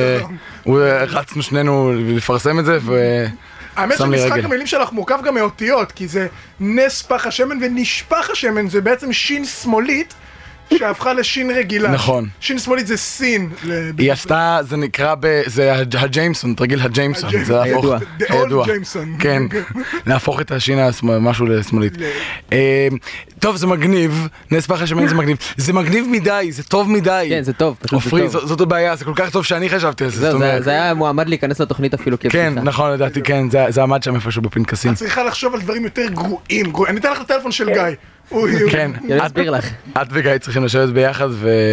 ורצנו שנינו לפרסם את זה ו... האמת שמשחק המילים שלך מורכב גם מאותיות, כי זה נס פח השמן ונשפח השמן, זה בעצם שין שמאלית שהפכה לשין רגילה. נכון. שין שמאלית זה סין. היא עשתה, זה נקרא, זה הג'יימסון, תרגיל הג'יימסון. זה להפוך, הידוע. כן, להפוך את השין משהו לשמאלית. טוב, זה מגניב, נס פח השמן זה מגניב. זה מגניב מדי, זה טוב מדי. כן, זה טוב, פשוט זה טוב. זאת הבעיה, זה כל כך טוב שאני חשבתי על זה. זה היה מועמד להיכנס לתוכנית אפילו כפתיחה. כן, נכון, לדעתי, כן, זה עמד שם איפשהו בפנקסים. את צריכה לחשוב על דברים יותר גרועים. אני אתן לך את הטלפון של גיא. כן, אסביר לך. את וגיא צריכים לשבת ביחד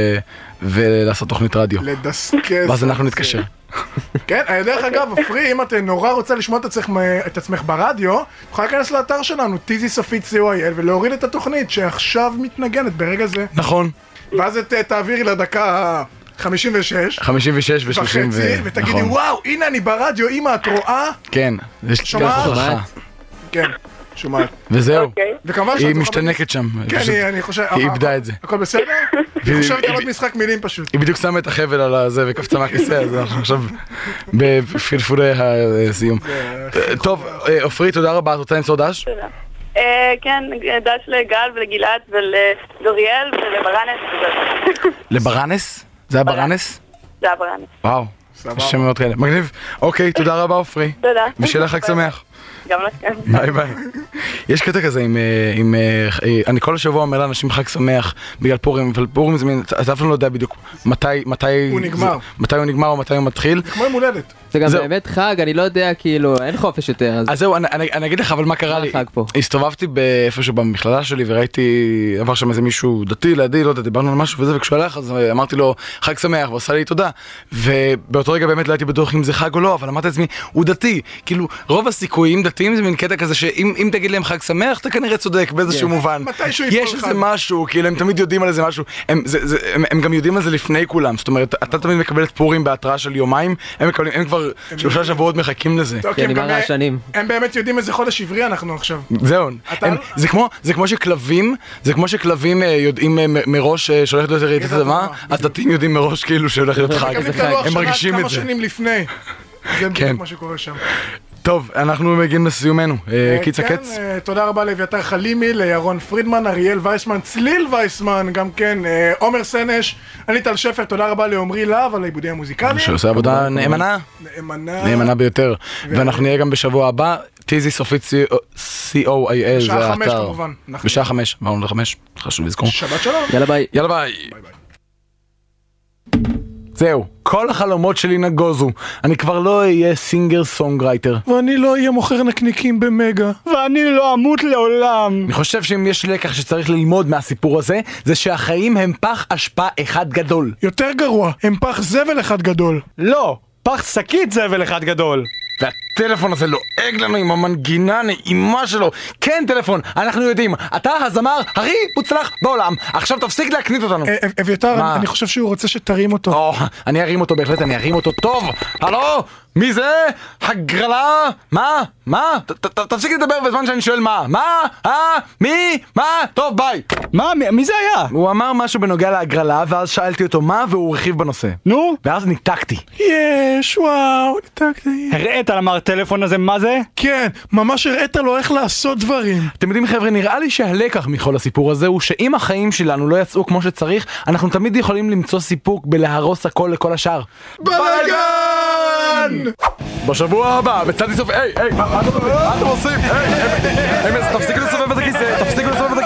ולעשות תוכנית רדיו. לדסקס. ואז אנחנו נתקשר. כן, דרך אגב, עופרי, אם את נורא רוצה לשמוע את עצמך ברדיו, יכולה להיכנס לאתר שלנו, טיזי סופית סי או איי אל, ולהוריד את התוכנית שעכשיו מתנגנת ברגע זה. נכון. ואז תעבירי לדקה חמישים ושש. חמישים ושש ושלושים ו... ותגידי, וואו, הנה אני ברדיו, אמא, את רואה? כן. שומעת? כן. שומעת. וזהו. היא משתנקת שם. כן, אני חושב... היא איבדה את זה. הכל בסדר? היא חושבת על עוד משחק מילים פשוט. היא בדיוק שמה את החבל על הזה וקפצה מהכיסא, אז אנחנו עכשיו בפרפורי הסיום. טוב, עופרי, תודה רבה. את רוצה למצוא דש? כן, דש לגל ולגלעד ולדוריאל ולברנס. לברנס? זה היה ברנס? זה היה ברנס. וואו. שם מאוד כאלה. מגניב. אוקיי, תודה רבה עופרי. תודה. ושיהיה לך חג שמח. גם לכם. ביי ביי. יש קטע כזה עם... אני כל השבוע אומר לאנשים חג שמח בגלל פורים, אבל פורים זה מין... אתה אף לא יודע בדיוק מתי... הוא נגמר. מתי הוא נגמר או מתי הוא מתחיל. כמו יום הולדת. זה גם באמת חג, אני לא יודע, כאילו, אין חופש יותר. אז זהו, אני אגיד לך, אבל מה קרה לי? הסתובבתי באיפשהו במכללה שלי וראיתי, עבר שם איזה מישהו דתי לידי, לא יודע, דיברנו על משהו וזה, וכשהוא הלך, אז אמרתי לו, חג שמח, ועושה לי תודה. ובאותו רגע באמת לא הייתי בטוח אם זה חג או לא, אבל אמרתי לעצמי, הוא דתי. כאילו, רוב הסיכויים דתיים זה מין קטע כזה שאם אם תגיד להם חג שמח, אתה כנראה צודק באיזשהו מובן. יש איזה משהו, כאילו הם תמיד יודעים על איזה משהו, הם, זה, זה, הם, הם גם יודעים על זה לפני כולם, זאת אומרת, אתה תמיד מקבל את פורים בהתראה של יומיים, הם מקבלים, הם כבר שלושה שבועות מחכים לזה. הם באמת יודעים איזה חודש עברי אנחנו עכשיו. זהו, זה כמו, זה כמו שכלבים, זה כמו שכלבים יודעים מראש שהולכת להיות רעידת אדמה, אז דתיים יודעים מראש כאילו שהולך להיות חג, הם מרגישים את זה. כמה שנים לפני, זה בדיוק מה שקורה שם. טוב, אנחנו מגיעים לסיומנו, קיץ הקץ. כן, תודה רבה לאביתר חלימי, לירון פרידמן, אריאל וייסמן, צליל וייסמן, גם כן, עומר סנש, אני טל שפר, תודה רבה לעומרי להב על העיבודים המוזיקליים. שעושה עבודה נאמנה. נאמנה. נאמנה ביותר. ואנחנו נהיה גם בשבוע הבא, טיזי סופית סי או איי אל, זה האתר. בשעה חמש כמובן. בשעה חמש, אמרנו לחמש, חשוב לזכור. שבת שלום. יאללה ביי. יאללה ביי. זהו, כל החלומות שלי נגוזו. אני כבר לא אהיה סינגר סונגרייטר. ואני לא אהיה מוכר נקניקים במגה. ואני לא אמות לעולם. אני חושב שאם יש לקח שצריך ללמוד מהסיפור הזה, זה שהחיים הם פח אשפה אחד גדול. יותר גרוע, הם פח זבל אחד גדול. לא, פח שקית זבל אחד גדול. והטלפון הזה לועג לנו עם המנגינה הנעימה שלו. כן, טלפון, אנחנו יודעים, אתה הזמר הכי מוצלח בעולם. עכשיו תפסיק להקנית אותנו. אביתר, אני חושב שהוא רוצה שתרים אותו. אני ארים אותו, בהחלט אני ארים אותו. טוב, הלו? מי זה? הגרלה? מה? מה? תפסיק לדבר בזמן שאני שואל מה? מה? אה? מי? מה? טוב, ביי. מה? מי זה היה? הוא אמר משהו בנוגע להגרלה, ואז שאלתי אותו מה, והוא הרחיב בנושא. נו? ואז ניתקתי. יש, וואו, ניתקתי. הראית על המטלפון הזה מה זה? כן, ממש הראית לו איך לעשות דברים. אתם יודעים חבר'ה, נראה לי שהלקח מכל הסיפור הזה הוא שאם החיים שלנו לא יצאו כמו שצריך, אנחנו תמיד יכולים למצוא סיפוק בלהרוס הכל לכל השאר. בלגן! בשבוע הבא, בצד סוף... היי, היי, מה אתם עושים? היי, תפסיקו לסובב את הכיסא, תפסיקו לסובב את